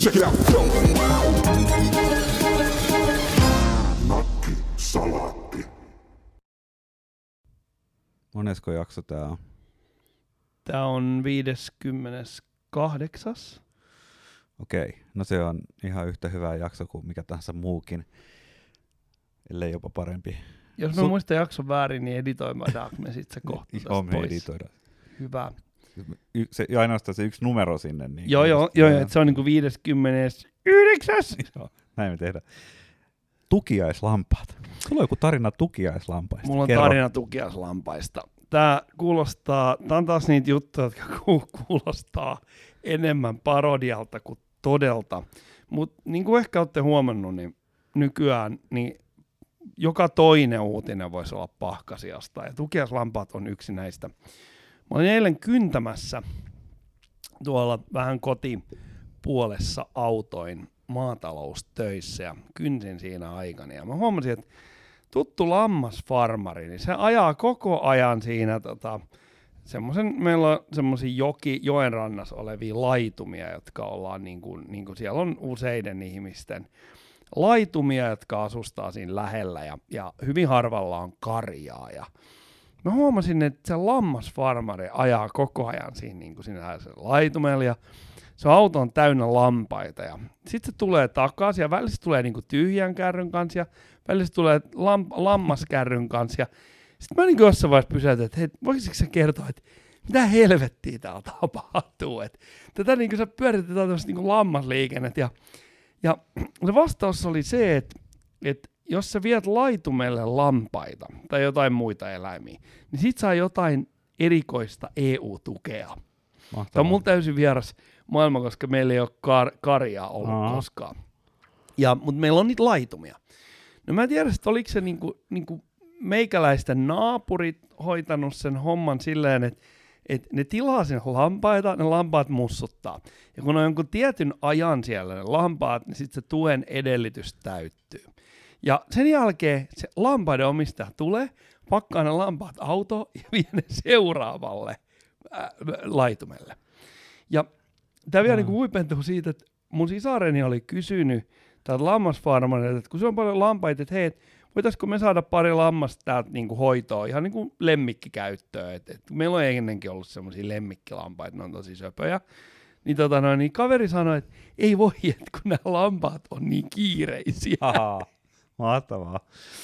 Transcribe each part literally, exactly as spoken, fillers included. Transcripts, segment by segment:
Check it out. Nakki Salaatti. Monesko jakso tää on? Tää on viideskymmeneskahdeksas. Okei, no se on ihan yhtä hyvä jakso kuin mikä tahansa muukin, ellei jopa parempi. Jos mä Su- muistan jakson väärin, niin editoidaanko me sit se kohta Joo, tästä me pois. editoidaan. Hyvä. Y- se, ja ainoastaan se yksi numero sinne. Niin Joo, joo, joo, että se on niinku viideskymmenesyhdeksäs. Joo, näin me tehdään. Tukiaislampaat. Sulla on joku tarina tukiaislampaista. Mulla on Kerro. tarina tukiaislampaista. Tää kuulostaa, tää on taas niitä juttuja, jotka ku- kuulostaa enemmän parodialta kuin todelta. Mutta niin kuin ehkä olette huomannut, niin nykyään niin joka toinen uutinen voisi olla Pahkasiasta, ja tukiaislampaat on yksi näistä. Mä olin eilen kyntämässä tuolla vähän kotipuolessa autoin maataloustöissä, ja kynsin siinä aikana, ja mä huomasin, että tuttu lammasfarmari, niin se ajaa koko ajan siinä tota, semmoisen, meillä on semmoisia joki, joen rannassa olevia laitumia, jotka ollaan niin kuin, niin kuin siellä on useiden ihmisten laitumia, jotka asustaa siinä lähellä, ja, ja hyvin harvalla on karjaa, ja mä huomasin, että se lammasfarmari ajaa koko ajan siinä, niin kuin siinä laitumella, ja se auto on täynnä lampaita, ja sitten se tulee takaisin, ja välissä tulee niin kuin tyhjän kärryn kanssa, ja välissä tulee lam, lammaskärryn kanssa, ja sitten mä niin kuin jossain vaiheessa pysäytän, että hei, voisitko sä kertoa, että mitä helvettiä täällä tapahtuu, että tätä niin kuin sä pyöritetään tämmöistä niin kuin lammasliikennet, ja, ja se vastaus oli se, että, että jos sä viet laitumelle lampaita tai jotain muita eläimiä, niin sit saa jotain erikoista E U-tukea. Mahtavaa. Tämä on mulla täysin vieras maailma, koska meillä ei ole kar- karjaa ollut Aa. koskaan. Ja, mutta meillä on niitä laitumia. No mä en tiedä, että oliko se niinku, niinku meikäläisten naapurit hoitanut sen homman silleen, että et ne tilaa sen lampaita, ne lampaat mussuttaa. Ja kun on jonkun tietyn ajan siellä ne lampaat, niin sitten se tuen edellytys täyttyy. Ja sen jälkeen se lampaiden omistaja tulee, pakkaa ne lampaat autoon ja vie ne seuraavalle ää, laitumelle. Ja tämä vielä Mm. niinku huipentuu siitä, että mun sisareni oli kysynyt täältä lammasfarmarilta, että kun se on paljon lampaita, että hei, et voitaisiko me saada pari lammasta täältä niinku hoitoa, ihan niinku lemmikkikäyttöön. Et, et meillä on ennenkin ollut semmoisia lemmikkilampaita, ne on tosi söpöjä. Niin, tota noin, niin kaveri sanoi, että ei voi, että kun nämä lampaat on niin kiireisiä. Ahaa, mahtavaa.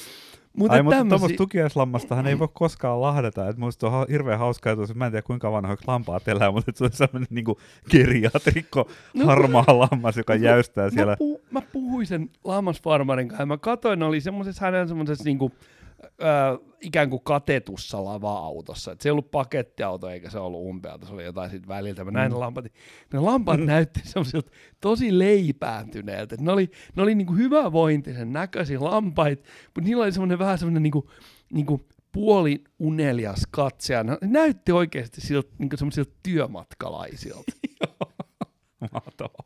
Mut Ai, et mutta tämmösi- tuommoista tukiaislammastahan ei voi koskaan lahdata. Että musta on hirveän hauskaa, että mä en tiedä kuinka vanhoiksi lampaat elää, mutta se on sellainen niinku geriatrikko, No, harmaa lammas, joka jäystää Mä, siellä. pu, mä puhuin sen lammasfarmarin kanssa, ja mä katsoin, oli semmoisessa hänen semmoisessa niinku, äh, ikään kuin katetussa lava-autossa. Et se ei ollut pakettiauto, eikä se ollut umpeauto, se oli jotain siitä väliltä. Mä näin Mm. ne lampaat. Ne lampaat Mm. näytti semmoisilta tosi leipääntyneiltä. Ne oli, ne oli niinku hyvävointisen näköisiä lampaita, mutta niillä oli semmoinen vähän semmoinen niinku, niinku puoli unelias katse. Ja ne näytti oikeasti siltä, niinku semmoisilta työmatkalaisilta. Mahtavaa.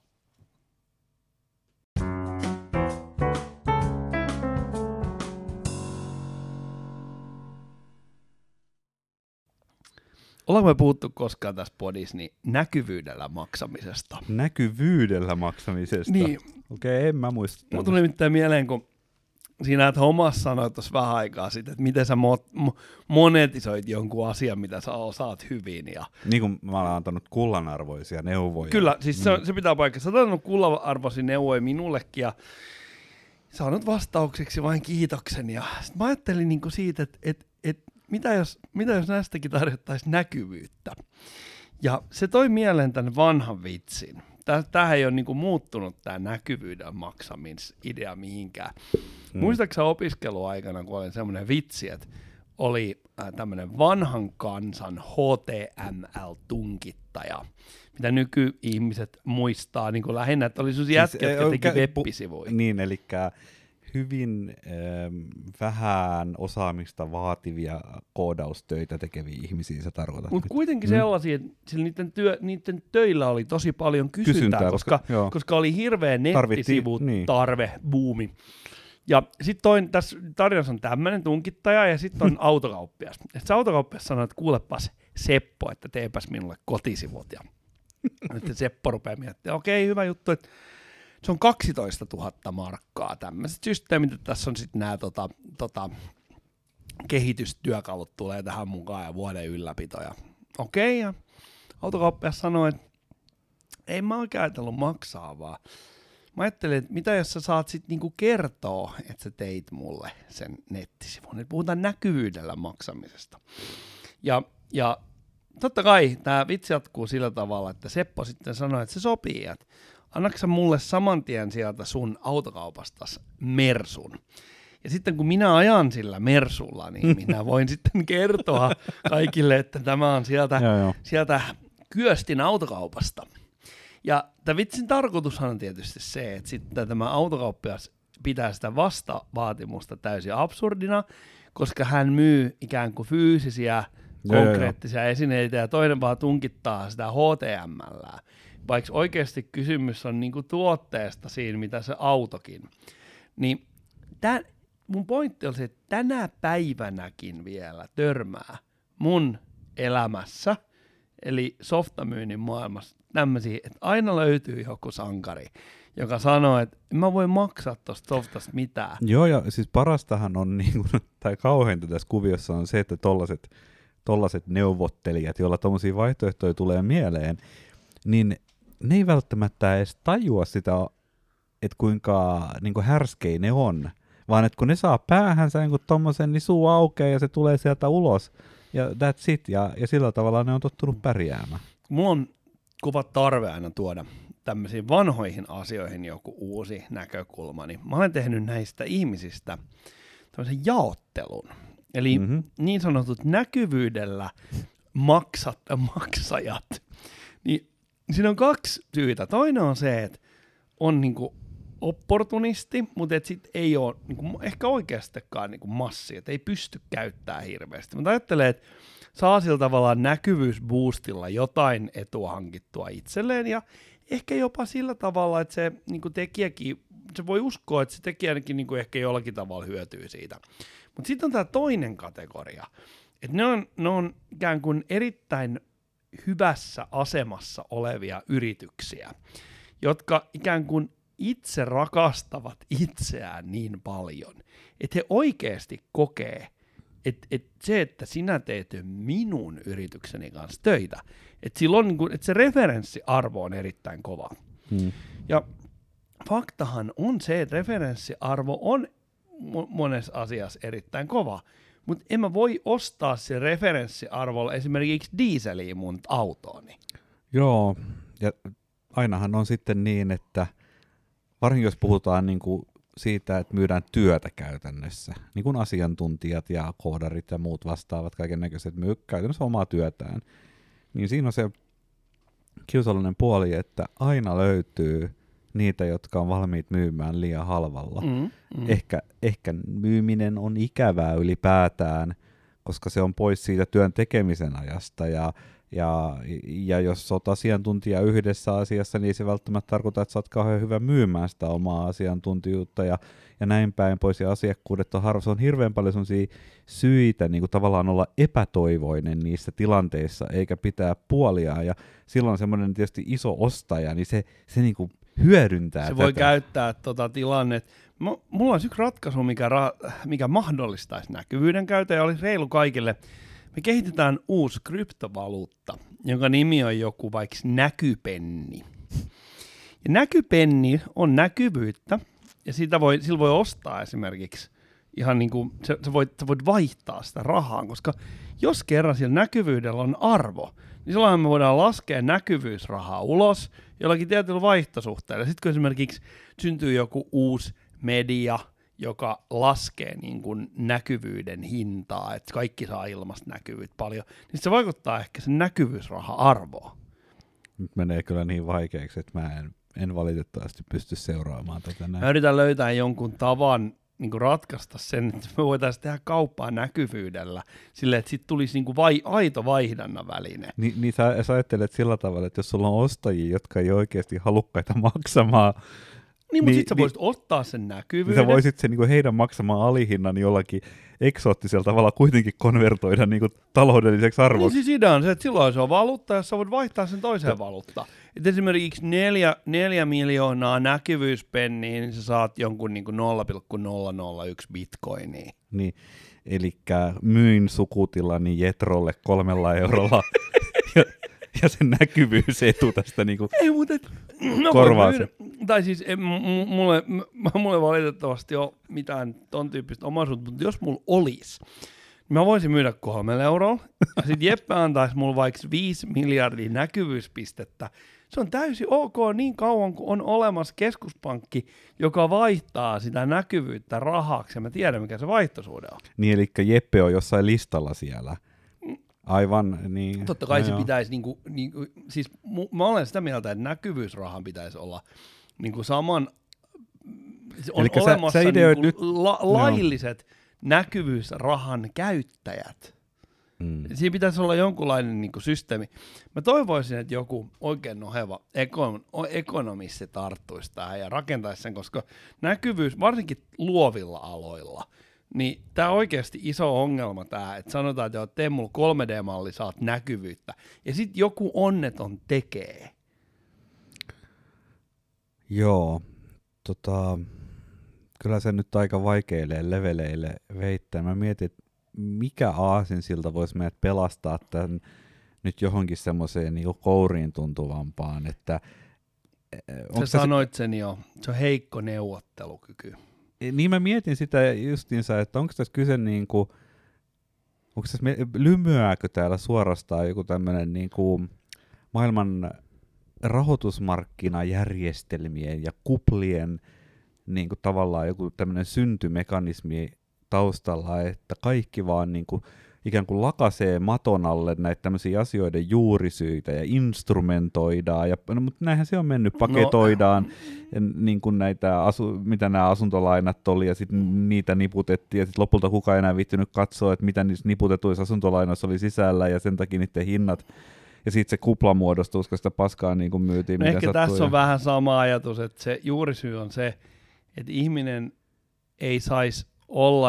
Ollaanko me puhuttu koskaan tässä podissa niin näkyvyydellä maksamisesta? Näkyvyydellä maksamisesta. Niin, Okei, okay, en mä muista. mulla tuli nimittäin mieleen, kun siinä, että Homas sanoi tuossa vähän aikaa sitten, että miten sä mo- mo- monetisoit jonkun asian, mitä sä osaat hyvin. Ja Niin kuin mä olen antanut kullanarvoisia neuvoja. kyllä, siis se, on- se pitää paikkaa. Sä oot antanut kullanarvoisia neuvoja minullekin ja saanut vastaukseksi vain kiitoksen. Ja sit mä ajattelin niinku siitä, että et, et, mitä, jos, mitä jos näistäkin tarjottaisiin näkyvyyttä. Ja se toi mieleen tämän vanhan vitsin. Tämähän ei ole niinku muuttunut tämä näkyvyyden maksamisidea mihinkään. Mm. Muistaaksä opiskeluaikana, kun oli semmoinen vitsi, että oli äh, tämmöinen vanhan kansan H T M L-tunkittaja, mitä nykyihmiset muistaa niin kuin lähinnä, että oli sellaisia jätkiä, Siis, jotka ö, teki kä- web-sivuja. Niin, eli hyvin ähm, vähän osaamista vaativia koodaustöitä tekeviä ihmisiä sä tarkoitat. Mutta nyt. kuitenkin Mm. sellaisia, että sillä niiden, työ, niiden töillä oli tosi paljon kysyntää, Kysyntää, koska, koska- joo. koska oli hirveä nettisivu, niin. tarve, buumi. Ja sitten tässä tarinassa on tämmöinen tunkittaja ja sitten on autokauppias. Ja sit se autokauppias sanoi, että kuulepas Seppo, että teepäs minulle kotisivut. Ja nyt Seppo rupeaa miettimään, okei, hyvä juttu, että se on kaksitoistatuhatta markkaa tämmöiset systeemit, että tässä on sitten nämä tota, tota, kehitystyökalut tulee tähän mukaan ja vuoden ylläpitoja. Okei, ja autokauppias sanoi, että ei mä oikein ajatellut maksaa vaan. Mä ajattelin, että mitä jos sä saat sit niinku kertoa, että sä teit mulle sen nettisivun. Nyt puhutaan näkyvyydellä maksamisesta. Ja, ja totta kai tämä vitsi jatkuu sillä tavalla, että Seppo sitten sanoi, että se sopii, että annatko sä mulle saman tien sieltä sun autokaupastas Mersun. Ja sitten kun minä ajan sillä Mersulla, niin minä voin sitten kertoa kaikille, että tämä on sieltä, sieltä Kyöstin autokaupasta. Ja tämän vitsin tarkoitushan on tietysti se, että sitten tämä autokauppias pitää sitä vastavaatimusta täysin absurdina, koska hän myy ikään kuin fyysisiä, konkreettisia joo, joo. esineitä ja toinen vaan tunkittaa sitä H T M:llä. Vaikka oikeasti kysymys on niinku tuotteesta siinä, mitä se autokin. Niin tämän, mun pointti on se, että tänä päivänäkin vielä törmää mun elämässä, eli softamyynnin maailmassa, tämmöisiä, että aina löytyy joku sankari, joka sanoo, että en mä voi maksaa tuosta softasta mitään. Joo, ja siis parastahan on, niin kuin, tai kauheinta tässä kuviossa on se, että tollaset, tollaset neuvottelijat, joilla tommosia vaihtoehtoja tulee mieleen, niin ne ei välttämättä edes tajua sitä, että kuinka niin kuin härskejä ne on, vaan että kun ne saa päähänsä niin tommosen, niin suu aukeaa ja se tulee sieltä ulos, ja that's it, ja, ja sillä tavalla ne on tottunut pärjäämään. Mulla on kova tarve aina tuoda tämmöisiin vanhoihin asioihin joku uusi näkökulma, niin mä olen tehnyt näistä ihmisistä tämmöisen jaottelun. Eli mm-hmm. niin sanotut näkyvyydellä maksat, maksajat. Niin siinä on kaksi syytä. Toinen on se, että on niinku opportunisti, mutta et sit ei ole niinku ehkä oikeastikaan niinku massi, että ei pysty käyttämään hirveästi. Mutta ajattelen, että saa sillä tavalla näkyvyysboostilla jotain etua hankittua itselleen ja ehkä jopa sillä tavalla, että se niinku tekijäkin, se voi uskoa, että se tekijäkin niinku ehkä jollakin tavalla hyötyy siitä. Mutta sitten on tämä toinen kategoria, että ne on, ne on ikään kuin erittäin hyvässä asemassa olevia yrityksiä, jotka ikään kuin itse rakastavat itseään niin paljon, että he oikeasti kokee, että et se, että sinä teet minun yritykseni kanssa töitä, että silloin niin kuin, että se referenssiarvo on erittäin kova. Hmm. Ja faktahan on se, että referenssiarvo on monessa asiassa erittäin kova, mutta en mä voi ostaa se referenssiarvolla esimerkiksi dieseliä mun autooni. Joo, ja ainahan on sitten niin, että varsinkin jos puhutaan niin kuin siitä, että myydään työtä käytännössä, niin kuin asiantuntijat ja koodarit ja muut vastaavat kaikennäköiset myy käytännössä omaa työtään, niin siinä on se kiusallinen puoli, että aina löytyy niitä, jotka on valmiit myymään liian halvalla. Mm, mm. Ehkä, ehkä myyminen on ikävää ylipäätään, koska se on pois siitä työn tekemisen ajasta, ja, ja, ja jos olet asiantuntija yhdessä asiassa, niin se välttämättä tarkoittaa, että sä oot kauhean hyvä myymään sitä omaa asiantuntijuutta, ja, ja näin päin pois, ja asiakkuudet on harva. Se on hirveän paljon sellaisia syitä niin kuin tavallaan olla epätoivoinen niissä tilanteissa, eikä pitää puoliaan, ja silloin semmoinen tietysti iso ostaja, niin se, se niin kuin hyödyntää Se tätä. voi käyttää tota tilannetta. M- mulla olisi yksi ratkaisu, mikä, ra- mikä mahdollistaisi näkyvyyden käytön ja olisi reilu kaikille. Me kehitetään uusi kryptovaluutta, jonka nimi on joku vaikka näkypenni. Ja näkypenni on näkyvyyttä, ja siitä voi, sillä voi ostaa esimerkiksi ihan niin kuin, se, se voit, sä voit vaihtaa sitä rahaa, koska jos kerran sillä näkyvyydellä on arvo, niin silloin me voidaan laskea näkyvyysrahaa ulos jollakin tietyllä vaihtosuhteella. Sitten kun esimerkiksi syntyy joku uusi media, joka laskee niin kuin näkyvyyden hintaa, että kaikki saa ilmasta näkyvyyttä paljon, niin se vaikuttaa ehkä sen näkyvyysraha-arvoon. Nyt menee kyllä niin vaikeaksi, että mä en, en valitettavasti pysty seuraamaan tätä näin. Mä yritän löytää jonkun tavan niin kuin ratkaista sen, että me voitaisiin tehdä kauppaa näkyvyydellä silleen, että sitten tulisi niin kuin vai, aito vaihdannan väline. Ni, niin sä, sä ajattelet sillä tavalla, että jos sulla on ostajia, jotka ei oikeasti halukkaita maksamaan, niin, mutta niin, sitten sä voisit niin, ottaa sen näkyvyyden. Niin sä voisit sen niin heidän maksamaan alihinnan jollakin eksoottisella tavalla kuitenkin konvertoida niin taloudelliseksi arvoksi. Niin siis idea on se, että silloin se on valuutta, jos sä voit vaihtaa sen toiseen valuuttaan. että esimerkiksi neljä, neljä miljoonaa näkyvyyspenniä, niin sä saat jonkun niin kuin nolla pilkku nolla nolla yksi bitcoinia. Niin, eli myin sukutilani Jetrolle kolmella eurolla ja, ja sen näkyvyysetu tästä niinku ei, mutta et, no korvaa myydä, tai siis en, m- mulle, m- mulle valitettavasti ole mitään ton tyyppistä omaisuutta, mutta jos mulla olisi, niin mä voisin myydä kolmella eurolla, ja sit Jeppe antaisi mulle vaikka viisi miljardia näkyvyyspistettä. Se on täysin ok niin kauan, kun on olemassa keskuspankki, joka vaihtaa sitä näkyvyyttä rahaksi, ja mä tiedän, mikä se vaihtosuhde on. Niin, eli Jeppe on jossain listalla siellä. Aivan, niin. Totta kai no se joo. pitäisi, niinku, niinku, siis mu, mä olen sitä mieltä, että näkyvyysrahan pitäisi olla niinku saman, on Elikkä sä- olemassa sä ideoit niinku nyt- la, lailliset näkyvyysrahan käyttäjät. Mm. Siinä pitäisi olla jonkunlainen niinku systeemi. Mä toivoisin, että joku oikein noheva ekon, ekonomisti tarttuisi tähän ja rakentaisi sen, koska näkyvyys, varsinkin luovilla aloilla, niin tämä on oikeasti iso ongelma tämä, että sanotaan, että joo, tee mulla kolme D-malli, saat näkyvyyttä, ja sitten joku onneton tekee. Joo, tota, kyllä se nyt aika vaikeille leveleille veittää. Mä mietin, että mikä aasinsilta voisi meidät pelastaa tämän nyt johonkin semmoiseen niin kouriin tuntuvampaan, että Sä sanoit sen jo, se on heikko neuvottelukyky. Niin mä mietin sitä justiinsa, että onko tässä kyse niin kuin, onko tässä, lymyääkö täällä suorastaan joku tämmöinen niin kuin maailman rahoitusmarkkinajärjestelmien ja kuplien niin kuin tavallaan joku tämmöinen syntymekanismi taustalla, että kaikki vaan niin kuin ikään kuin lakasee maton alle näitä tämmöisiä asioiden juurisyitä ja instrumentoidaan, ja, no, mutta näinhän se on mennyt, paketoidaan no. niin kuin näitä, asu, mitä nämä asuntolainat oli, ja sitten niitä niputettiin, ja sitten lopulta kukaan ei enää viittynyt katsoa, että mitä niissä niputetuissa asuntolainoissa oli sisällä, ja sen takia niiden hinnat, ja sitten se kupla muodostui, koska sitä paskaa niin kuin myytiin. No mitä ehkä sattuu, tässä on ja vähän sama ajatus, että se juurisyy on se, että ihminen ei saisi olla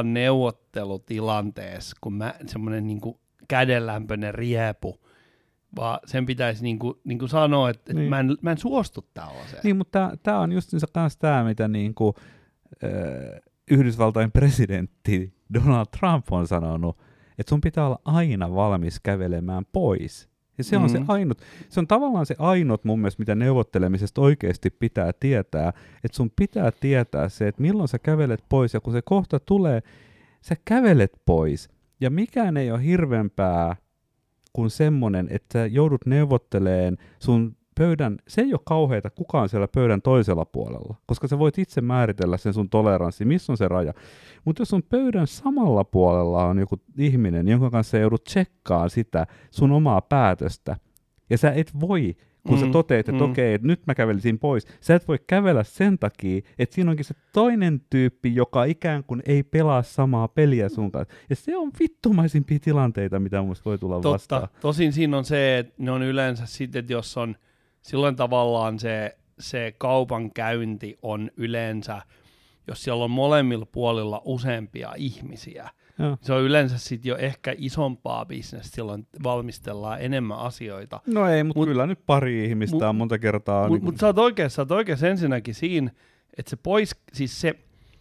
neuvottelutilanteessa, kun mä semmoinen niinku kädenlämpöinen riepu, vaan sen pitäisi niinku, niinku sanoa, että niin. et mä, en, mä en suostu tällaiseen. Niin, mutta tämä on just myös tämä, mitä niinku, äh, Yhdysvaltain presidentti Donald Trump on sanonut, että sun pitää olla aina valmis kävelemään pois. Ja se on mm-hmm. se ainut, se on tavallaan se ainut mun mielestä, mitä neuvottelemisesta oikeasti pitää tietää, että sun pitää tietää se, että milloin sä kävelet pois, ja kun se kohta tulee, sä kävelet pois. Ja mikään ei ole hirveämpää kuin semmonen, että sä joudut neuvottelemaan sun pöydän, se ei ole kauheata, kuka on siellä pöydän toisella puolella, koska sä voit itse määritellä sen sun toleranssi, missä on se raja. Mutta jos sun pöydän samalla puolella on joku ihminen, jonka kanssa sä joudut tsekkaamaan sitä sun omaa päätöstä, ja sä et voi, kun mm, sä toteat, että mm. okei, että nyt mä kävelisin pois, sä et voi kävellä sen takia, että siinä onkin se toinen tyyppi, joka ikään kuin ei pelaa samaa peliä sun kanssa. Ja se on vittumaisimpia tilanteita, mitä mun voi tulla Totta. vastaan. Tosin siinä on se, että ne on yleensä sitten, että jos on silloin tavallaan se, se kaupankäynti on yleensä, jos siellä on molemmilla puolilla useampia ihmisiä, Joo. se on yleensä sitten jo ehkä isompaa bisnestä, silloin valmistellaan enemmän asioita. No ei, mutta mut, kyllä nyt pari ihmistä mut, on monta kertaa. Mutta niin mut sä oot oikeassa, sä oot oikeassa ensinnäkin siinä, että se pois, siis se,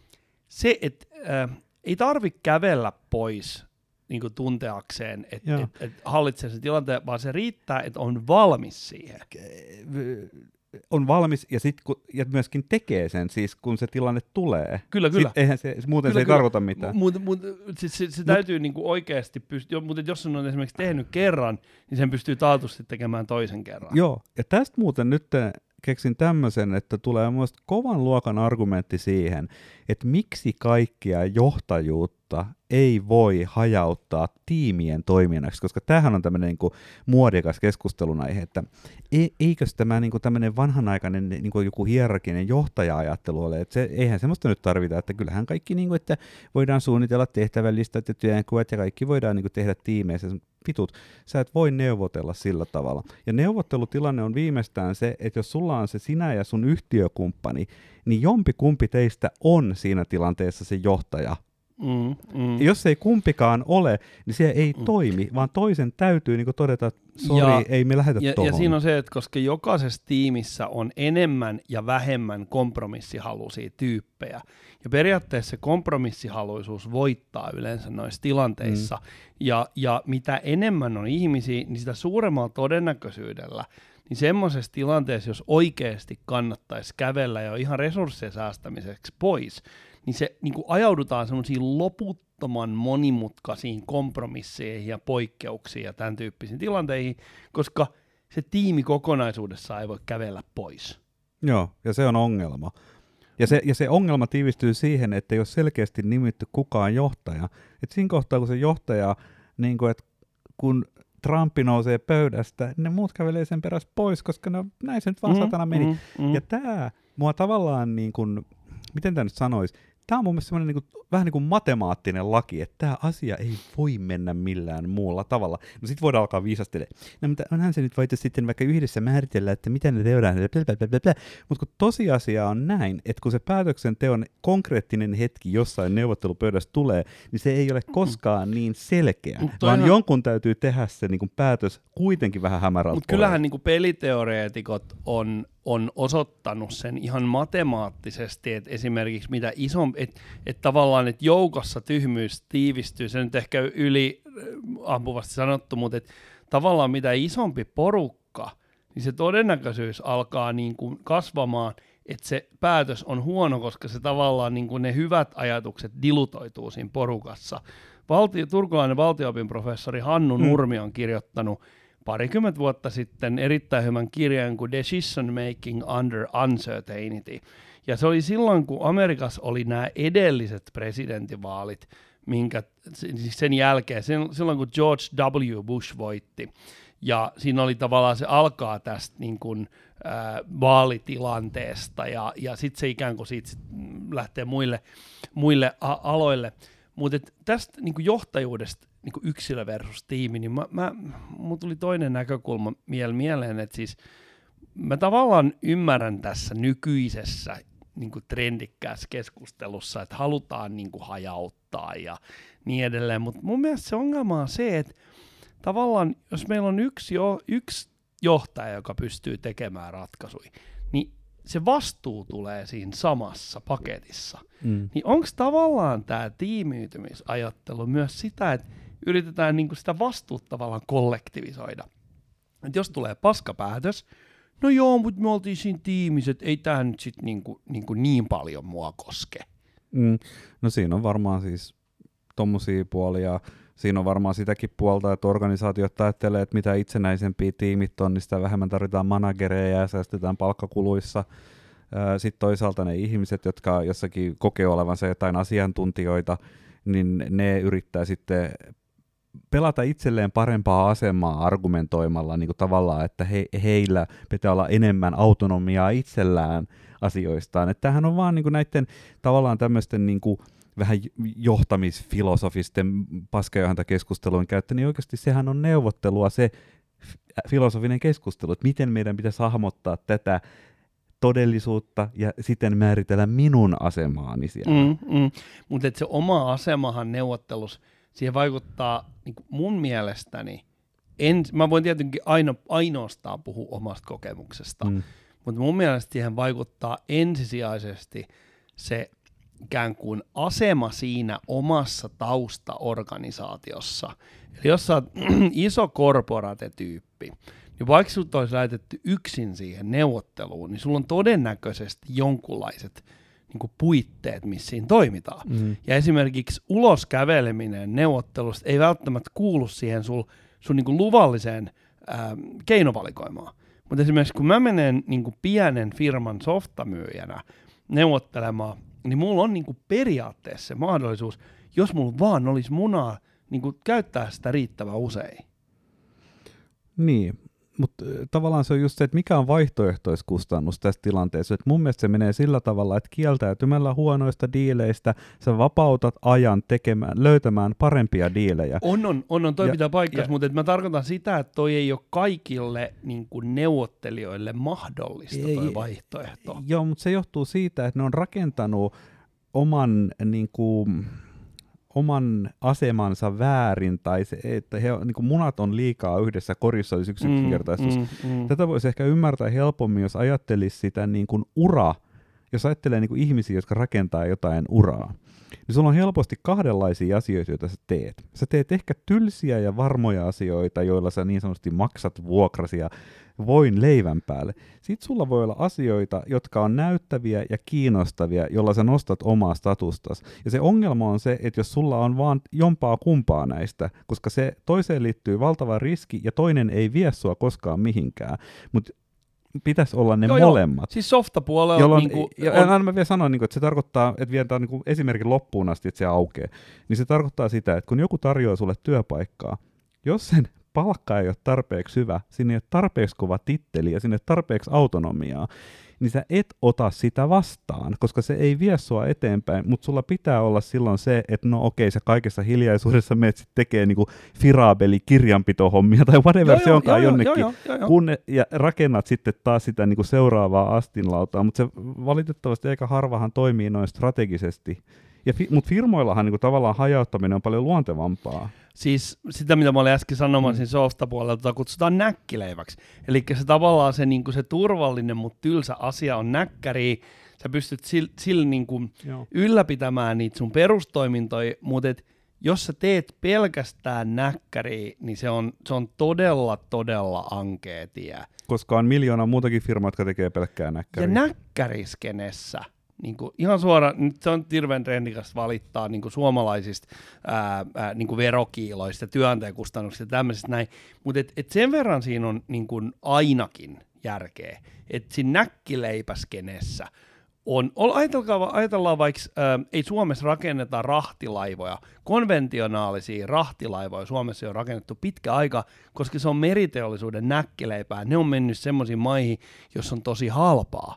se että äh, ei tarvitse kävellä pois niin kuin tunteakseen, että et, et hallitsee sen tilanteen, vaan se riittää, että on valmis siihen. On valmis ja, sit, kun, ja myöskin tekee sen, siis kun se tilanne tulee. Kyllä, kyllä. Sit, eihän se, muuten kyllä, se ei kyllä. tarkoita mitään. Mutta mut, se, se, se täytyy niinku oikeasti pystyä, mutta jos sen on esimerkiksi tehnyt kerran, niin sen pystyy taatusti tekemään toisen kerran. Joo, ja tästä muuten nyt keksin tämmöisen, että tulee myös kovan luokan argumentti siihen, että miksi kaikkia johtajuutta ei voi hajauttaa tiimien toiminnaksi, koska tämähän on tämmöinen niin kuin muodikas keskustelun aihe, että eikös tämä niin kuin tämmöinen vanhanaikainen niin kuin joku hierarkinen johtaja-ajattelu ole, että se, eihän semmoista nyt tarvita, että kyllähän kaikki, niin kuin, että voidaan suunnitella tehtävällistat ja työnkuvat ja kaikki voidaan niin kuin tehdä tiimeissä, pitut, sä et voi neuvotella sillä tavalla. Ja neuvottelutilanne on viimeistään se, että jos sulla on se sinä ja sun yhtiökumppani, niin jompi kumpi teistä on siinä tilanteessa se johtaja, Mm, mm. Jos ei kumpikaan ole, niin se ei mm. toimi, vaan toisen täytyy niin kuin todeta, että sori, ei me lähetä ja, tohon. ja siinä on se, että koska jokaisessa tiimissä on enemmän ja vähemmän kompromissihaluisia tyyppejä, ja periaatteessa se kompromissihaluisuus voittaa yleensä noissa tilanteissa, mm. ja, ja mitä enemmän on ihmisiä, niin sitä suuremmalla todennäköisyydellä, niin semmoisessa tilanteessa, jos oikeasti kannattaisi kävellä jo ihan resurssien säästämiseksi pois, niin se niin kuin ajaudutaan semmoisiin loputtoman monimutkaisiin kompromisseihin ja poikkeuksiin ja tämän tyyppisiin tilanteihin, koska se tiimi kokonaisuudessaan ei voi kävellä pois. Joo, ja se on ongelma. Ja se, ja se ongelma tiivistyy siihen, että ei ole selkeästi nimitty kukaan johtaja. Et siinä kohtaa, kun se johtaja, niin kuin, että kun Trumpi nousee pöydästä, niin ne muut kävelee sen perässä pois, koska no, näin se nyt vaan mm, satana meni. Mm, mm. Ja tämä mua tavallaan, niin kuin, miten tämä nyt sanoisi, tämä on mun mielestä semmoinen niin kuin, vähän niin kuin matemaattinen laki, että tämä asia ei voi mennä millään muulla tavalla. No sit voidaan alkaa viisastelemaan. No mutta onhan se nyt voitu sitten vaikka yhdessä määritellä, että mitä ne tehdään, mutta kun tosiasia on näin, että kun se päätöksenteon konkreettinen hetki jossain neuvottelupöydässä tulee, niin se ei ole koskaan niin selkeä, Mut vaan toinen... jonkun täytyy tehdä se niin kuin päätös kuitenkin vähän hämärältä. Mutta kyllähän niin kuin peliteoreetikot on on osoittanut sen ihan matemaattisesti, että esimerkiksi mitä isompi, että et tavallaan, että joukossa tyhmyys tiivistyy, se nyt ehkä yli ampuvasti sanottu, mutta että tavallaan mitä isompi porukka, niin se todennäköisyys alkaa niin kuin kasvamaan, että se päätös on huono, koska se tavallaan niin kuin ne hyvät ajatukset dilutoituu siinä porukassa. Valtio, turkulainen valtio-opin professori Hannu hmm. Nurmi on kirjoittanut parikymmentä vuotta sitten erittäin hyvän kirjan kuin Decision Making Under Uncertainty. Ja se oli silloin, kun Amerikassa oli nämä edelliset presidentinvaalit, minkä sen jälkeen, silloin kun George W. Bush voitti. Ja siinä oli tavallaan, se alkaa tästä niin kuin, äh, vaalitilanteesta, ja, ja sitten se ikään kuin siitä sit lähtee muille, muille a- aloille. Mutta tästä niin kuin johtajuudesta, niin kuin yksilö versus tiimi, niin mä, mä, mun tuli toinen näkökulma mieleen, että siis mä tavallaan ymmärrän tässä nykyisessä niin kuin trendikkäässä keskustelussa, että halutaan niin kuin hajauttaa ja niin edelleen, mutta mun mielestä se ongelma on se, että tavallaan jos meillä on yksi, jo, yksi johtaja, joka pystyy tekemään ratkaisuja, niin se vastuu tulee siinä samassa paketissa. Mm. Niin onko tavallaan tämä tiimiytymisajattelu myös sitä, että yritetään niinku sitä vastuuta tavallaan kollektivisoida. Et jos tulee paskapäätös, no joo, mutta me oltiin siinä tiimissä, että ei tämä nyt sit niinku, niinku niin paljon mua koske. Mm. No siinä on varmaan siis tommosia puolia. Siinä on varmaan sitäkin puolta, että organisaatiot ajattelee, että mitä itsenäisempiä tiimit on, niin sitä vähemmän tarvitaan managereja ja säästetään palkkakuluissa. Sitten toisaalta ne ihmiset, jotka jossakin kokee olevansa jotain asiantuntijoita, niin ne yrittää sitten pelata itselleen parempaa asemaa argumentoimalla niin kuin tavallaan, että he, heillä pitää olla enemmän autonomiaa itsellään asioistaan. Että tämähän on vaan niin kuin näiden tavallaan tämmöisten niin kuin vähän johtamisfilosofisten paskajohantakeskustelujen käyttö, niin oikeasti sehän on neuvottelua se filosofinen keskustelu, että miten meidän pitäisi hahmottaa tätä todellisuutta ja sitten määritellä minun asemaani siellä. Mm, mm. Mutta se oma asemahan neuvottelussa, siihen vaikuttaa niin mun mielestäni, en, mä voin tietenkin aino, ainoastaan puhua omasta kokemuksesta, mm. mutta mun mielestä siihen vaikuttaa ensisijaisesti se ikään kuin asema siinä omassa taustaorganisaatiossa. Eli jos sä oot iso korporate-tyyppi, niin vaikka sut olisi lähetetty yksin siihen neuvotteluun, niin sulla on todennäköisesti jonkunlaiset niin kuin puitteet, missä siinä toimitaan. Mm. Ja esimerkiksi ulos käveleminen neuvottelusta ei välttämättä kuulu siihen sun, sun niin kuin luvalliseen ää, keinovalikoimaan. Mutta esimerkiksi kun mä menen niin kuin pienen firman softamyyjänä neuvottelemaan, niin mulla on niin kuin periaatteessa se mahdollisuus, jos mulla vaan olisi munaa niin kuin käyttää sitä riittävän usein. Niin, mutta tavallaan se on just se, että mikä on vaihtoehtoiskustannus tässä tilanteessa. Että mun mielestä se menee sillä tavalla, että kieltäytymällä huonoista diileistä sä vapautat ajan tekemään, löytämään parempia diilejä. On, on, on, on toi ja, pitää paikkansa, mutta mä tarkoitan sitä, että toi ei ole kaikille niin kuin neuvottelijoille mahdollista toi ei, vaihtoehto. Joo, mutta se johtuu siitä, että ne on rakentanut oman niin kuin oman asemansa väärin, tai se, että he, niin kuin munat on liikaa yhdessä korissa, olisi yksi yksinkertaistus. Mm, mm, mm. Tätä voisi ehkä ymmärtää helpommin, jos ajattelisi sitä niin kuin ura, jos ajattelee niin kuin ihmisiä, jotka rakentaa jotain uraa. Niin sulla on helposti kahdenlaisia asioita, joita sä teet. Sä teet ehkä tylsiä ja varmoja asioita, joilla sä niin sanotusti maksat vuokrasi ja voin leivän päälle. Sitten sulla voi olla asioita, jotka on näyttäviä ja kiinnostavia, joilla sä nostat omaa statustas. Ja se ongelma on se, että jos sulla on vaan jompaa kumpaa näistä, koska se toiseen liittyy valtava riski ja toinen ei vie sua koskaan mihinkään. Mutta pitäisi olla ne joo, molemmat. Joo. Siis softapuolella jolloin, niinku ja on... aina mä vielä sanoin, että se tarkoittaa, että viedään niinku esimerkin loppuun asti, että se aukeaa. Niin se tarkoittaa sitä, että kun joku tarjoaa sulle työpaikkaa, jos sen palkka ei ole tarpeeksi hyvä, sinne ei ole tarpeeksi kova titteli ja sinne ei ole tarpeeksi autonomiaa, niin sä et ota sitä vastaan, koska se ei vie sua eteenpäin, mutta sulla pitää olla silloin se, että no okei, sä kaikessa hiljaisuudessa menet sitten tekee niinku Firabeli kirjanpitohommia tai whatever joo, se onkaan joo, jonnekin, joo, joo, joo. Kun, ja rakennat sitten taas sitä niinku seuraavaa astinlautaa, mutta se valitettavasti aika harvahan toimii noin strategisesti. Ja fi, mutta firmoillahan niinku tavallaan hajauttaminen on paljon luontevampaa. Siis sitä, mitä mä olin äsken sanomaan, mm. siinä softapuolelta kutsutaan näkkileiväksi. Eli se tavallaan se, niinku se turvallinen, mutta tylsä asia on näkkäri. Sä pystyt sillä sil, niinku ylläpitämään niitä sun perustoimintoja, mutta et, jos sä teet pelkästään näkkäriä, niin se on, se on todella, todella ankea tie. Koska on miljoona muutakin firmaa, jotka tekee pelkkää näkkäriä. Ja näkkäriskenessä. Niin kuin, ihan suoraan, nyt se on hirveän trendikästä valittaa niin kuin suomalaisista ää, ää, niin kuin verokiiloista, työnantajakustannuksista ja tämmöisistä näin, mutta et, et sen verran siinä on niin kuin ainakin järkeä, että siinä näkkileipäskenessä on, ajatellaan, ajatellaan vaikka, ää, ei Suomessa rakenneta rahtilaivoja, konventionaalisia rahtilaivoja Suomessa on rakennettu pitkä aika, koska se on meriteollisuuden näkkileipää, ne on mennyt semmoisiin maihin, jossa on tosi halpaa.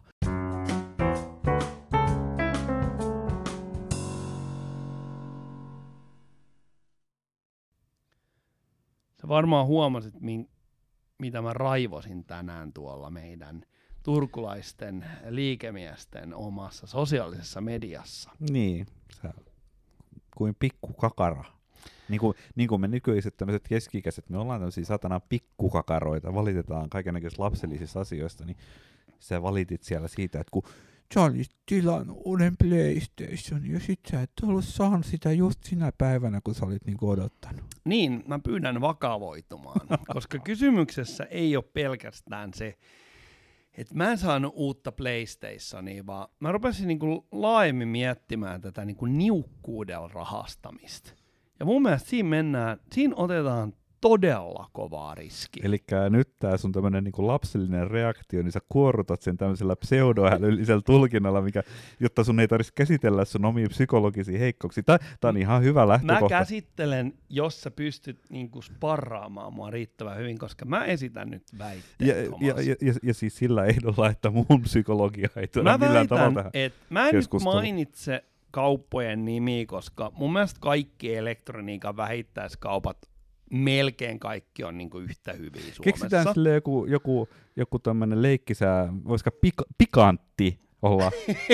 Sä varmaan huomasit, min, mitä mä raivosin tänään tuolla meidän turkulaisten liikemiesten omassa sosiaalisessa mediassa. Niin, sä, kuin pikkukakara. Niin kuin, niin kuin me nykyiset tämmöiset keski-ikäiset, me ollaan tämmöisiä satana pikkukakaroita, valitetaan kaikennäköisistä lapsellisista asioista, niin sä valitit siellä siitä, että kun sä olit tilannut uuden PlayStation ja sit sä et ollut saanut sitä just sinä päivänä, kun sä olit niinku odottanut. Niin, mä pyydän vakavoitumaan, koska kysymyksessä ei ole pelkästään se, että mä en saanut uutta PlayStationia, vaan mä rupesin niinku laajemmin miettimään tätä niinku niukkuudella rahastamista. Ja mun mielestä siinä mennään, siinä otetaan todella kovaa riskiä. Elikkä nyt tää sun tämmönen niinku lapsellinen reaktio, niin sä kuorrutat sen tämmöisellä pseudoälyllisellä tulkinnalla, mikä, jotta sun ei tarvitsisi käsitellä sun omia psykologisia heikkouksia. Tää, tää on ihan hyvä lähtökohta. Mä käsittelen, jos sä pystyt niinku sparraamaan mua riittävän hyvin, koska mä esitän nyt väitteet, ja, ja, ja, ja, ja siis sillä ehdolla, että mun psykologia ei tule millään tavalla tähän et mä en nyt mainitse kauppojen nimiä, koska mun mielestä kaikki elektroniikan vähittäiskaupat melkein kaikki on niinku yhtä hyviä Suomessa. Keksitään sille joku, joku, joku tämmönen leikkisää, voisiko pik- pikantti olla?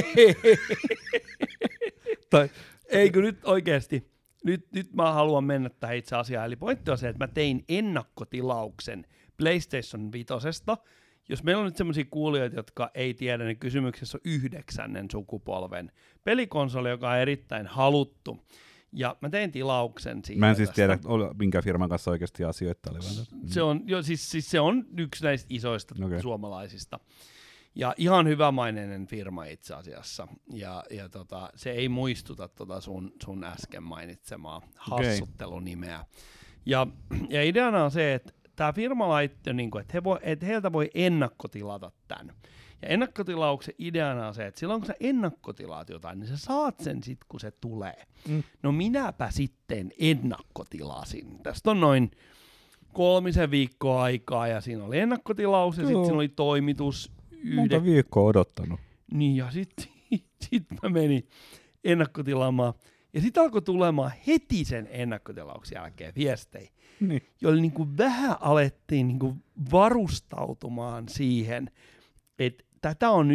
tai... Eikö nyt oikeasti? Nyt, nyt mä haluan mennä tähän itse asiaan. Eli pointti on se, että mä tein ennakkotilauksen PlayStation vitosesta. Jos meillä on nyt semmoisia kuulijoita, jotka ei tiedä, niin kysymyksessä on yhdeksännen sukupolven pelikonsoli, joka on erittäin haluttu. Ja mä tein tilauksen siitä. Mä en siis tästä. tiedä, minkä firman kanssa oikeasti asioita oli. Se on, jo, siis, siis se on yksi näistä isoista okay. suomalaisista. Ja ihan hyvämaineinen firma itse asiassa. Ja, ja tota, se ei muistuta tota sun, sun äsken mainitsemaa hassuttelunimeä. Okay. Ja, ja ideana on se, että tämä firma laittoi, niin että, he voi, että heiltä voi ennakkotilata tämän. Ja ennakkotilauksen ideana on se, että silloin kun sä ennakkotilaat jotain, niin sä saat sen sit, kun se tulee. Mm. No minäpä sitten ennakkotilasin. Tästä on noin kolmisen viikkoa aikaa, ja siinä oli ennakkotilaus, ja sitten siinä oli toimitus. Yhden... Monta viikkoa odottanut. Niin, ja sitten sit mä menin ennakkotilaamaan. Ja sitten alkoi tulemaan heti sen ennakkotilauksen jälkeen viestejä, niin. joilla niinku vähän alettiin niinku varustautumaan siihen, että tätä on nyt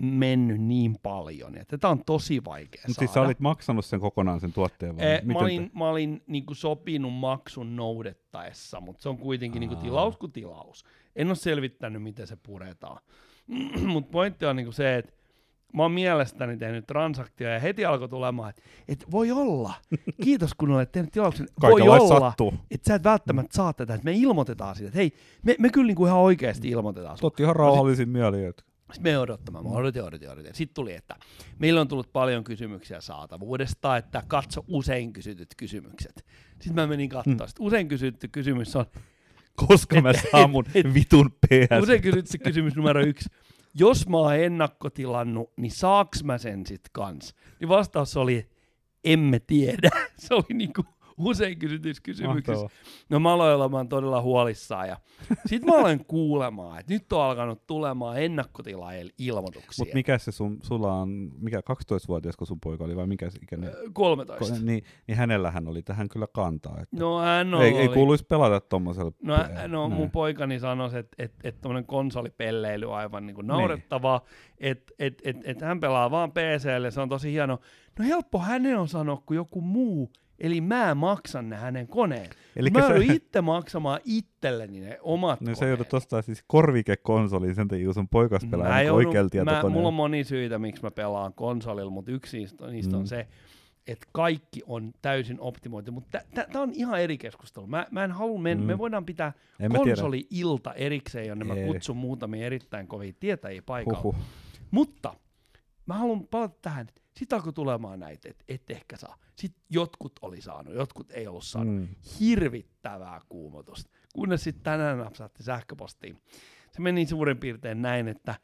mennyt niin paljon, että tämä on tosi vaikea Mut saada. siis sä olit maksanut sen kokonaan sen tuotteen vai? Eh, Miten mä olin, te... mä olin niinku sopinut maksun noudettaessa, mutta se on kuitenkin niinku tilaus kuin tilaus. En ole selvittänyt, miten se puretaan. Mutta pointti on niinku se, että mä oon mielestäni tehnyt transaktioja ja heti alkoi tulemaan, että et voi olla, kiitos kun olet tehnyt tilauksen, voi olla, että sä et välttämättä saa tätä, että me ilmoitetaan siitä, että hei, me, me kyllä niinku ihan oikeasti ilmoitetaan. Totti ihan rauhallisin mieli. Sitten me odottamaan, mä odotin, odotin, odotin. Sitten tuli, että meillä on tullut paljon kysymyksiä saatavuudesta, että katso usein kysytyt kysymykset. Sitten mä menin katsomaan, hmm. että usein kysytty kysymys on... Koska mä saan mun vitun P S. Usein kysytty kysymys numero yksi. Jos mä oon ennakkotilannut, niin saaks mä sen sit kans? Niin vastaus oli, emme tiedä. Se oli niinku usein kysytyissä kysymyksissä. No mä aloin olemaan todella huolissaan ja sit mä aloin kuulemaan, että nyt on alkanut tulemaan ennakkotilailmoituksia. Mut mikä se sun, sulla on, mikä kaksitoistavuotias kun sun poika oli vai mikä se ikäinen? kolmetoista. Ko, niin, niin hänellähän oli tähän kyllä kantaa. Että no hän oli. Ei, ei kuuluisi pelata tommosella. No, p- no mun poikani sanoi, että et, et tommonen konsolipelleily on aivan niinku naurettavaa, niin. että et, et, et hän pelaa vaan P C:lle, se on tosi hieno. No helppo hänen on sanoa kuin joku muu. Eli mä maksan ne hänen koneen. Elikkä mä joudun sä... itse maksamaan itselleni ne omat no, koneet. Se joudut ostaa siis korvikekonsoliin, sen takia sun poikas pelaa niin oikealla tietokoneella. Mulla on moni syitä, miksi mä pelaan konsolilla, mutta yksi niistä, niistä mm. on se, että kaikki on täysin optimoitu. Mutta tää on ihan eri keskustelu. Mä, mä en halua, me, mm. me voidaan pitää konsoli-ilta erikseen, jonne mä kutsun muutamia erittäin kovia tietäjiä paikalla. Huhhuh. Mutta mä haluan palata tähän, sitten alkoi tulemaan näitä, että et ehkä saa. Sitten jotkut oli saanut, jotkut ei ollut saanut. Mm. Hirvittävää kuumotusta. Kunnes sitten tänään napsahti sähköpostiin. Se meni suurin piirtein näin, että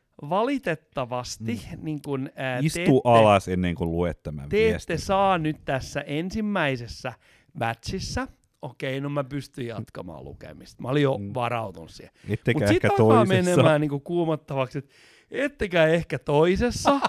valitettavasti mm. niin kun, ää, Istu teette, alas ennen kuin luet tämän te viestin. ette saa nyt tässä ensimmäisessä batchissa. Okei, no mä pystyn jatkamaan lukemista. Mä olin jo mm. varautunut siihen. Ettekä Mutta sitten alkaa menemään niin kuumottavaksi, että ettekä ehkä toisessa.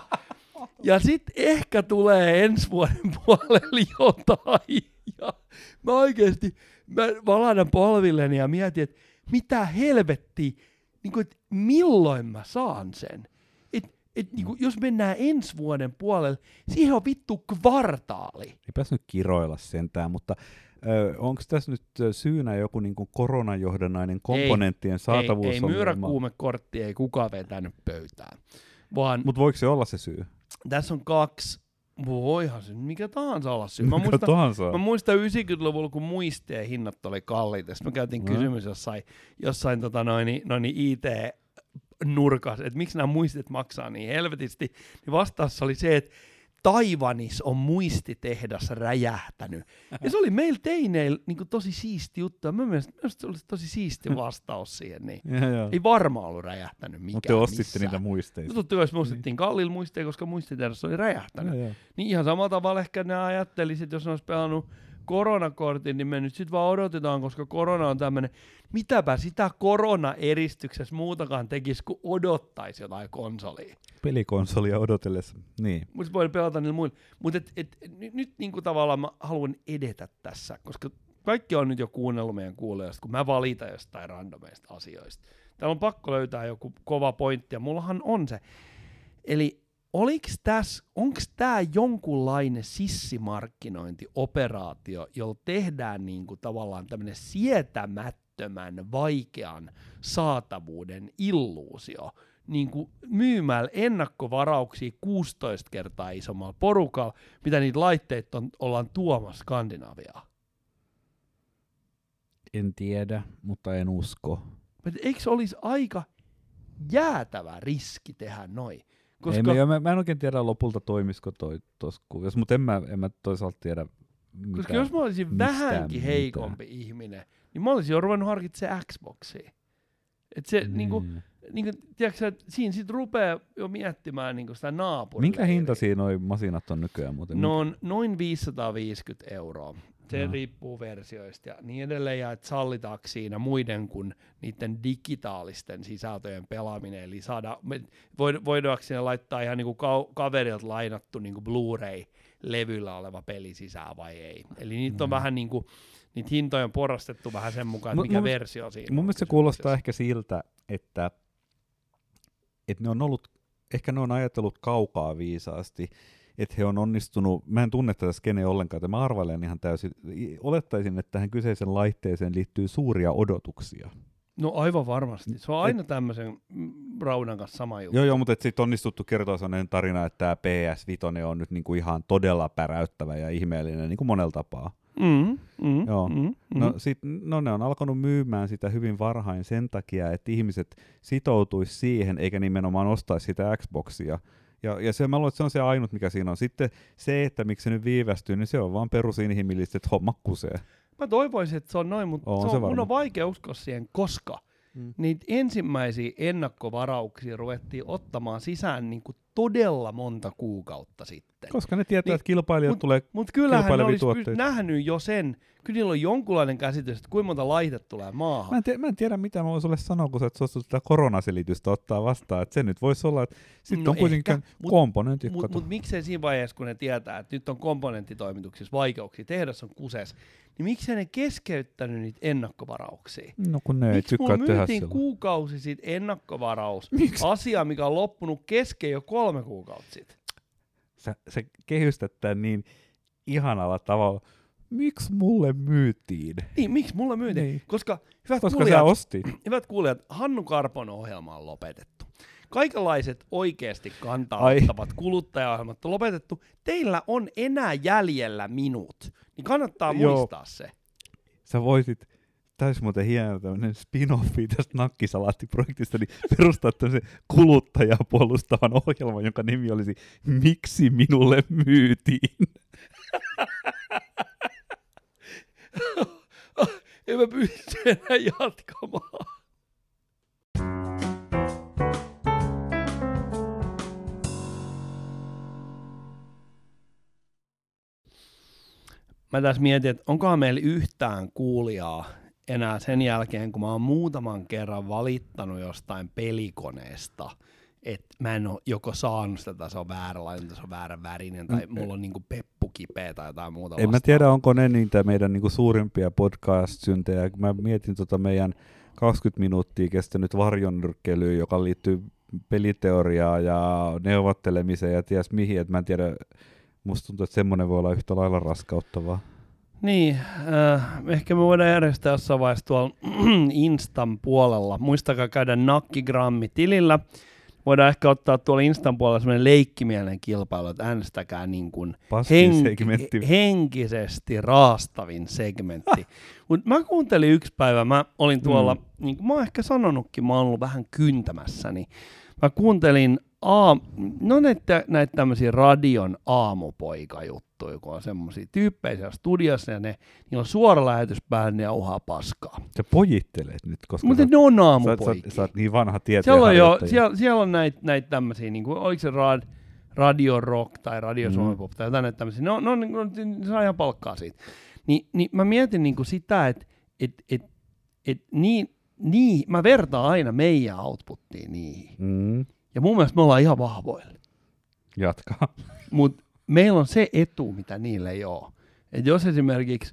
Ja sitten ehkä tulee ensi vuoden puolelle jotain. Ja mä oikeesti, mä valadan polvilleni ja mietin, että mitä helvettiä, niin kuin, että milloin mä saan sen. Et, et, niin kuin, jos mennään ensi vuoden puolelle, siihen on vittu kvartaali. Ei päässyt kiroilla sentään, mutta onko tässä nyt syynä joku niin kuin koronajohdannainen komponenttien ei, saatavuus? Ei, ei myyräkuumekortti ei kukaan vetänyt pöytään. Mutta voiko se olla se syy? Tässä on kaksi, voihan se mikä tahansa olla syy. Mä muistan, tahansa. mä muistan yhdeksänkymmentäluvulla, kun muistien hinnat oli kalliita. Sitten mä käytiin no. kysymys jossain, jossain tota noin, noin I T-nurkas, että miksi nämä muistit maksaa niin helvetisti. Niin vastaus oli se, että Taiwanis on muistitehdas räjähtänyt. Ja se oli meillä teineillä niin tosi siisti juttu. Mä mielestä se oli tosi siisti vastaus siihen. Niin. Ja, ei varmaan ollut räjähtänyt mikään. Mutta te ostitte missään. niitä muisteita. Totta kai muistettiin kalliilla muisteja, koska muistitehdas oli räjähtänyt. Ja, ja. Niin ihan samalla tavalla ehkä ne ajattelisi, että jos ne olisi pelannut koronakortin, niin me nyt sitten vaan odotetaan, koska korona on tämmöinen, mitäpä sitä korona-eristyksessä muutakaan tekisi, kun odottaisi jotain konsolia. Pelikonsolia odotellessa, niin. Mutta voi pelata niillä muilla. Mutta et, et, nyt, nyt niinku tavallaan mä haluan edetä tässä, koska kaikki on nyt jo kuunnellut meidän kuulijoista, kun mä valitan jostain randomeista asioista. Täällä on pakko löytää joku kova pointti, ja mullahan on se. Eli oliks tässä, onko tämä jonkunlainen sissimarkkinointioperaatio, jolla tehdään niinku tavallaan tämmöinen sietämättömän vaikean saatavuuden illuusio, niinku myymällä ennakkovarauksia kuusitoista kertaa isommalla porukalla, mitä niitä laitteita on, ollaan tuomassa Skandinaviaan? En tiedä, mutta en usko. Eikö se olisi aika jäätävä riski tehdä noin? Koska... Ei, mä, mä en oikein tiedä lopulta toimisiko toi tuossa kuviossa, mutta en mä, en mä toisaalta tiedä mitä, koska jos mä olisin vähänkin mitään. heikompi ihminen, niin mä olisin jo ruvennut harkitsemaan Xboxia. Et se mm. niinku, niinku, tiedätkö, että siinä sit rupeaa jo miettimään niinku sitä naapurille. Minkä hinta siinä noi masinat on nykyään muuten? No on noin viisisataaviisikymmentä euroa. Se no. riippuu versioista ja niin edelleen, ja että sallitaanko siinä muiden kuin niiden digitaalisten sisältöjen pelaaminen, eli saada, voidaanko siinä laittaa ihan niinku ka- kaverilta lainattu niinku Blu-ray-levyllä oleva peli sisään vai ei. Eli niitä on mm. vähän niinku, niitä hintoja on porrastettu vähän sen mukaan, että mikä mun, versio siinä mun mielestä se kuulostaa ehkä siltä, että, että ne on ollut ehkä ne on ajatellut kaukaa viisaasti, että he on onnistunut, mä en tunne tätä skeneä ollenkaan, että mä arvailen ihan täysin, olettaisin, että tähän kyseisen laitteeseen liittyy suuria odotuksia. No aivan varmasti. Se on aina tämmöisen raudan kanssa sama juttu. Joo, joo, mutta sitten onnistuttu kertoa sellainen tarina, että tämä P S viisi on nyt niinku ihan todella päräyttävä ja ihmeellinen niin kuin monella tapaa. Mm, mm, joo. Mm, mm. No, sit, no ne on alkanut myymään sitä hyvin varhain sen takia, että ihmiset sitoutuisi siihen, eikä nimenomaan ostaisi sitä Xboxia. Ja, ja se, mä luulen, että se on se ainut, mikä siinä on. Sitten se, että miksi se nyt viivästyy, niin se on vaan perusinhimillistä, että homma kusee. Mä toivoisin, että se on noin, mutta on se on, se mun on vaikea uskoa siihen, koska mm. niitä ensimmäisiä ennakkovarauksia ruvettiin ottamaan sisään niin kuin todella monta kuukautta sitten. Koska ne tietää, niin, että kilpailijat mut, tulee Mutta kyllähän ne olisi tuotteita. nähnyt jo sen. Kyllä niillä on jonkunlainen käsitys, että kuinka monta laitetta tulee maahan. Mä en, tiedä, mä en tiedä, mitä mä voin sulle sanoa, kun sä et suostu tätä koronaselitystä ottaa vastaan. Että se nyt voisi olla, että sitten no on kuitenkin komponentit. Mutta mut miksei siinä vaiheessa, kun ne tietää, että nyt on komponenttitoimituksissa vaikeuksia, tehdas on kuses, niin miksei ne keskeyttänyt niitä ennakkovarauksia? No kun ne ei tykkää tehdä myytiin silloin. kuukausi sitten ennakkovaraus, Miks? asia, mikä on loppunut kesken jo kolme kuukautta sitten? Sä, sä kehystät tämän niin ihanalla tavalla. Miksi mulle myytiin? Niin, miksi mulle myytiin? Niin. Koska, hyvät, Koska kuulijat, sä ostit. hyvät kuulijat, Hannu Karpon ohjelma on lopetettu. Kaikenlaiset oikeasti kantaa ottavat kuluttajaohjelmat on lopetettu. Teillä on enää jäljellä minut, niin kannattaa Joo. muistaa se. Sä voisit, täysin muuten hieno tämmönen spin-offi tästä nakkisalaattiprojektista, niin perustaa tämmöisen kuluttajaa puolustavan ohjelman, jonka nimi olisi Miksi minulle myytiin? En mä pysty enää jatkamaan. Mä tässä mietin, että onkohan meillä yhtään kuulijaa enää sen jälkeen, kun mä oon muutaman kerran valittanut jostain pelikoneesta, että mä en ole joko saanut sitä, tai se on vääränlainen, tai se on väärän värinen, tai mm. mulla on niinku peppu kipeä tai jotain muuta vastaan. En mä tiedä, onko ne niitä meidän niinku suurimpia podcast-syntejä. Mä mietin tota meidän kaksikymmentä minuuttia kestänyt varjonnyrkkeilyä, joka liittyy peliteoriaan ja neuvottelemiseen ja ties mihin, että mä en tiedä, musta tuntuu, että semmoinen voi olla yhtä lailla raskauttavaa. Niin, äh, ehkä me voidaan järjestää jossain vaiheessa tuolla Instan puolella. Muistakaa käydä Nakkigrammi-tilillä. Voidaan ehkä ottaa tuolla Instan puolella semmoinen leikkimielinen kilpailu, että äänestäkää niin kuin henki- henkisesti raastavin segmentti. Mutta mä kuuntelin yksi päivä, mä olin tuolla, mm. niin kuin mä oon ehkä sanonutkin, mä oon ollut vähän kyntämässäni. Mä kuuntelin A, no näitä, näitä tämmöisiä radion aamupoikajuttuja, kun on semmoisia tyyppejä siellä studiossa ja ne, niillä on suora lähetys päällä, ne jauhaa paskaa. Sä pojittelet nyt, koska mutta sä, ne on sä, aamupoikia. sä, sä oot niin vanha siellä on, jo, tieteenharjoittaja. siellä, siellä on näitä, näitä tämmöisiä, niin kuin, oliko se rad, Radio Rock tai Radio mm. Suomi Pop tai jotain näitä tämmöisiä, no, no, no, ne saa ihan palkkaa siitä. Ni, niin mä mietin niin kuin sitä, että et, et, et, niin, niin, mä vertaan aina meidän outputtiin niihin. Mm. Ja mun mielestä me ollaan ihan vahvoilla. Jatkaa. Mutta meillä on se etu, mitä niillä ei ole. Et jos esimerkiksi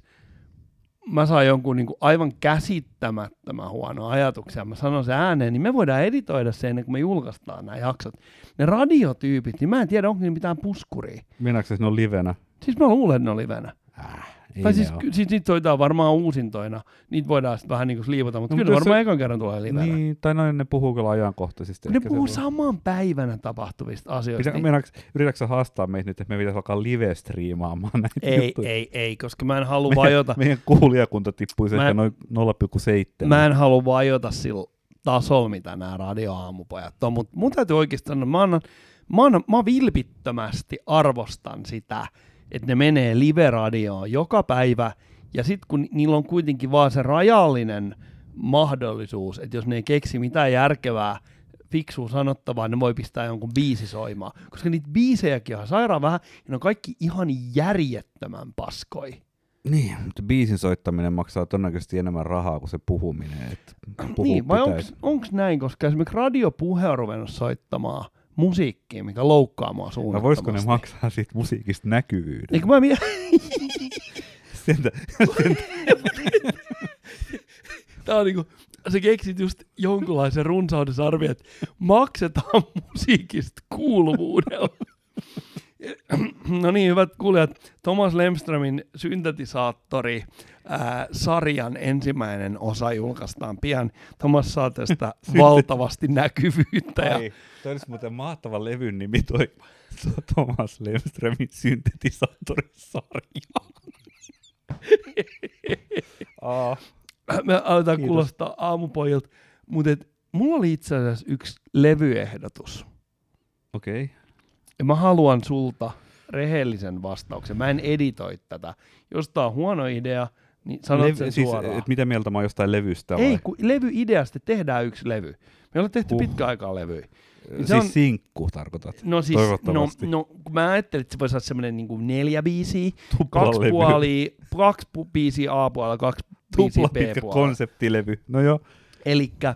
mä saan jonkun niinku aivan käsittämättömän huono ajatuksia, mä sanon se ääneen, niin me voidaan editoida se ennen kuin me julkaistaan nämä jaksot. Ne radiotyypit, niin mä en tiedä, onko niillä mitään puskuria. Minäksä ne on livenä? Siis mä luulen, että ne on livenä. Äh, ei tai ne siis, ole. siis niitä soitaan varmaan uusintoina. Niitä voidaan sitten vähän niinku sliivata, mutta No, kyllä mutta varmaan se- ekan kerran tulee livenä. Niin, tai noin ne puhuu kyllä ajankohtaisesti. Ne ehkä puhuu se voi- saman päivänä tapahtuvista asioista. Pitää, meinaaks, yritätkö sä haastaa meitä nyt, että me pitäisi alkaa live-striimaamaan näitä Ei, juttuja? ei, ei, koska mä en halua meidän, vajota. meidän kuulijakunta tippuisi Mä ehkä en- noin nolla pilkku seitsemän. Mä en halua vajota sillä tasolla, mitä nämä radioaamupojat on, mutta mun täytyy oikeasti sanoa, mä, annan, mä, annan, mä vilpittömästi arvostan sitä, että ne menee live-radioon joka päivä, ja sitten kun niillä on kuitenkin vaan se rajallinen mahdollisuus, että jos ne ei keksi mitään järkevää, fiksua sanottavaa, ne voi pistää jonkun biisi soimaan, koska niitä biisejäkin on sairaan vähän, ja ne on kaikki ihan järjettömän paskoi. Niin, mutta biisin soittaminen maksaa todennäköisesti enemmän rahaa kuin se puhuminen. Että puhua Niin, vai pitäisi. onko näin, koska esimerkiksi radiopuhe on ruvennut soittamaan musiikkia, mikä loukkaa mua No suunnattomasti. voisiko ne maksaa siitä musiikista näkyvyyden? Eikö mä mie- Sentä, sentä. Tää on niinku, sä keksit just jonkunlaisen runsaudesarvion, että maksetaan musiikista kuuluvuudella. No niin, hyvät kuulijat, Thomas Lemströmin syntetisaattori ää, sarjan ensimmäinen osa julkaistaan pian. Thomas saa tästä valtavasti näkyvyyttä. Ja... Ai, toi olisi muuten mahtava levyn nimi, toi Thomas Lemströmin syntetisaattorisarja. ah. Me aletaan kuulostaa aamupojilta, mutta mulla oli itse asiassa yksi levyehdotus. Okei. Okay. Ja mä haluan sulta rehellisen vastauksen. Mä en editoi tätä. Jos tää on huono idea, niin sanot Levy, sen siis, suoraan. Et mitä mieltä mä oon jostain levystä vai? Ei, kun levyideasta tehdään yksi levy. Me ollaan tehty uh. pitkä aikaa levyä. Niin siis on... sinkku tarkoitat? No siis, no, no, kun mä ajattelin, että se voisi olla semmoinen niin kuin neljä biisiä, kaksi puolia, kaksi biisiä A-puolella, kaksi biisiä B-puolella. Konseptilevy, no joo. Elikkä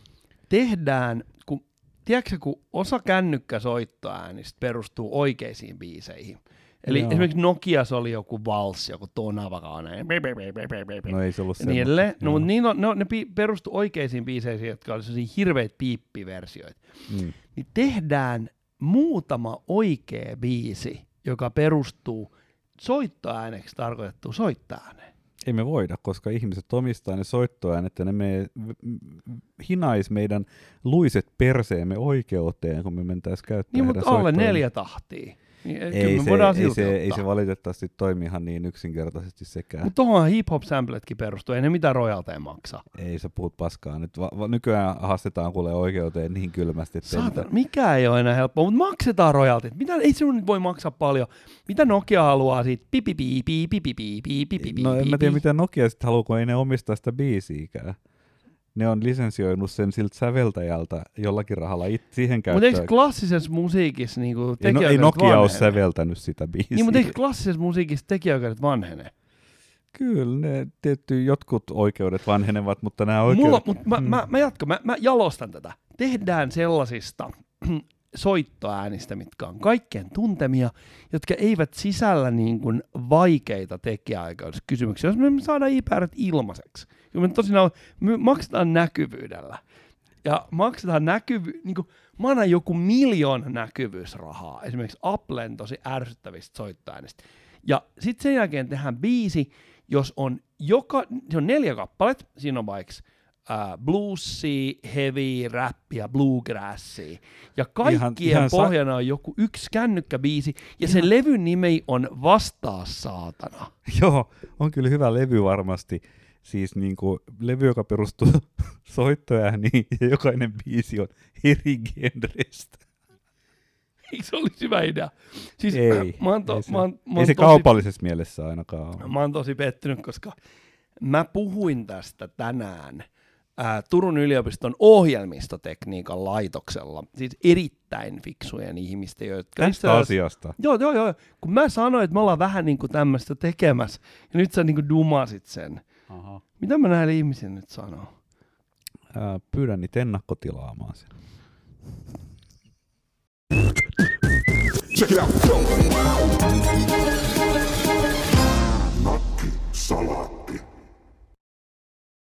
tehdään, kun, tiedätkö kun osa kännykkäsoittoäänistä perustuu oikeisiin biiseihin. Eli joo. Esimerkiksi Nokiassa oli joku valssi, joku tonavakainen. No ei se ollut niin edelleen. No, mutta niin on, ne, ne perustui oikeisiin biiseisiin, jotka oli sellaisia hirveitä piippiversioita. Mm. Niin tehdään muutama oikea biisi, joka perustuu soittoääneksi tarkoitettuun soittoääneen. Ei me voida, koska ihmiset omistaa ne soittoäänet ja ne me hinais meidän luiset perseemme oikeuteen, kun me mentäisiin käyttämään niin, mutta alle neljä tahtia. Niin, ei, se, ei, se, ei se valitettavasti toimi ihan niin yksinkertaisesti sekään. Mutta tuohon hip-hop-sampletkin perustuu, ei ne mitään rojalteja maksaa. Ei sä puhut paskaa. Nyt va- va- nykyään haastetaan kuule oikeuteen niin kylmästi. Että Saatan, mikä ei ole enää helppoa, mutta maksetaan rojalteet. Mitä, ei sinun nyt voi maksaa paljon. Mitä Nokia haluaa siitä? Pipi, pipi, pipi, pipi, pipi, pipi, no en mä tiedä, mitä Nokia sitten haluaa, kun ei ne omistaa sitä biisiikään. Ne on lisensioinut sen siltä säveltäjältä jollakin rahalla it, siihen käyttöön. Mutta eikö klassisessa musiikissa niinku tekijäoikeudet Ei, no, ei Nokia vanhene? Ole säveltänyt sitä biisiä. Niin, mutta eikö klassisessa musiikissa tekijäoikeudet vanhene? Kyllä, ne tietty jotkut oikeudet vanhenevat, mutta nämä oikeudet... Mulla, mutta mä, mä, mä jatkan, mä, mä jalostan tätä. Tehdään sellaisista soittoäänistä, mitkä on kaikkien tuntemia, jotka eivät sisällä niin kuin vaikeita tekijäoikeuskysymyksiä, jos me saadaan I P R:t ilmaiseksi. Me tosiaan me maksetaan näkyvyydellä. Ja maksetaan näkyvy... Niin kuin, mä annan joku miljoona näkyvyysrahaa, esimerkiksi Applen tosi ärsyttävistä soittoäänistä. Ja sitten sen jälkeen tehdään biisi, jos on joka... Se on neljä kappaletta, siinä on vaikka Uh, bluesia, heavy, rappia, bluegrassia. Ja kaikkien ihan, ihan pohjana sa- on joku yksi kännykkäbiisi, ja ihan. Sen levyn nimi on Vastaa saatana. Joo, on kyllä hyvä levy varmasti. Siis niinku levy, joka perustuu soittoääniin, ja jokainen biisi on eri genrestä. Eikö se olisi hyvä idea? Siis, ei, mä oon to, ei se, mä oon, mä oon ei se tosi, kaupallisessa mielessä ainakaan. Mä oon tosi pettynyt, koska mä puhuin tästä tänään Ää, Turun yliopiston ohjelmistotekniikan laitoksella, siis erittäin fiksujen ihmisten, jotka... Tästä asiasta? Joo, joo, joo. Kun mä sanoin, että me ollaan vähän niin kuin tämmöistä tekemässä, ja nyt sä niin kuin dumasit sen. Aha. Mitä mä näille ihmisille nyt sanoo? Ää, pyydän niitä ennakkotilaamaan sen. Check it out.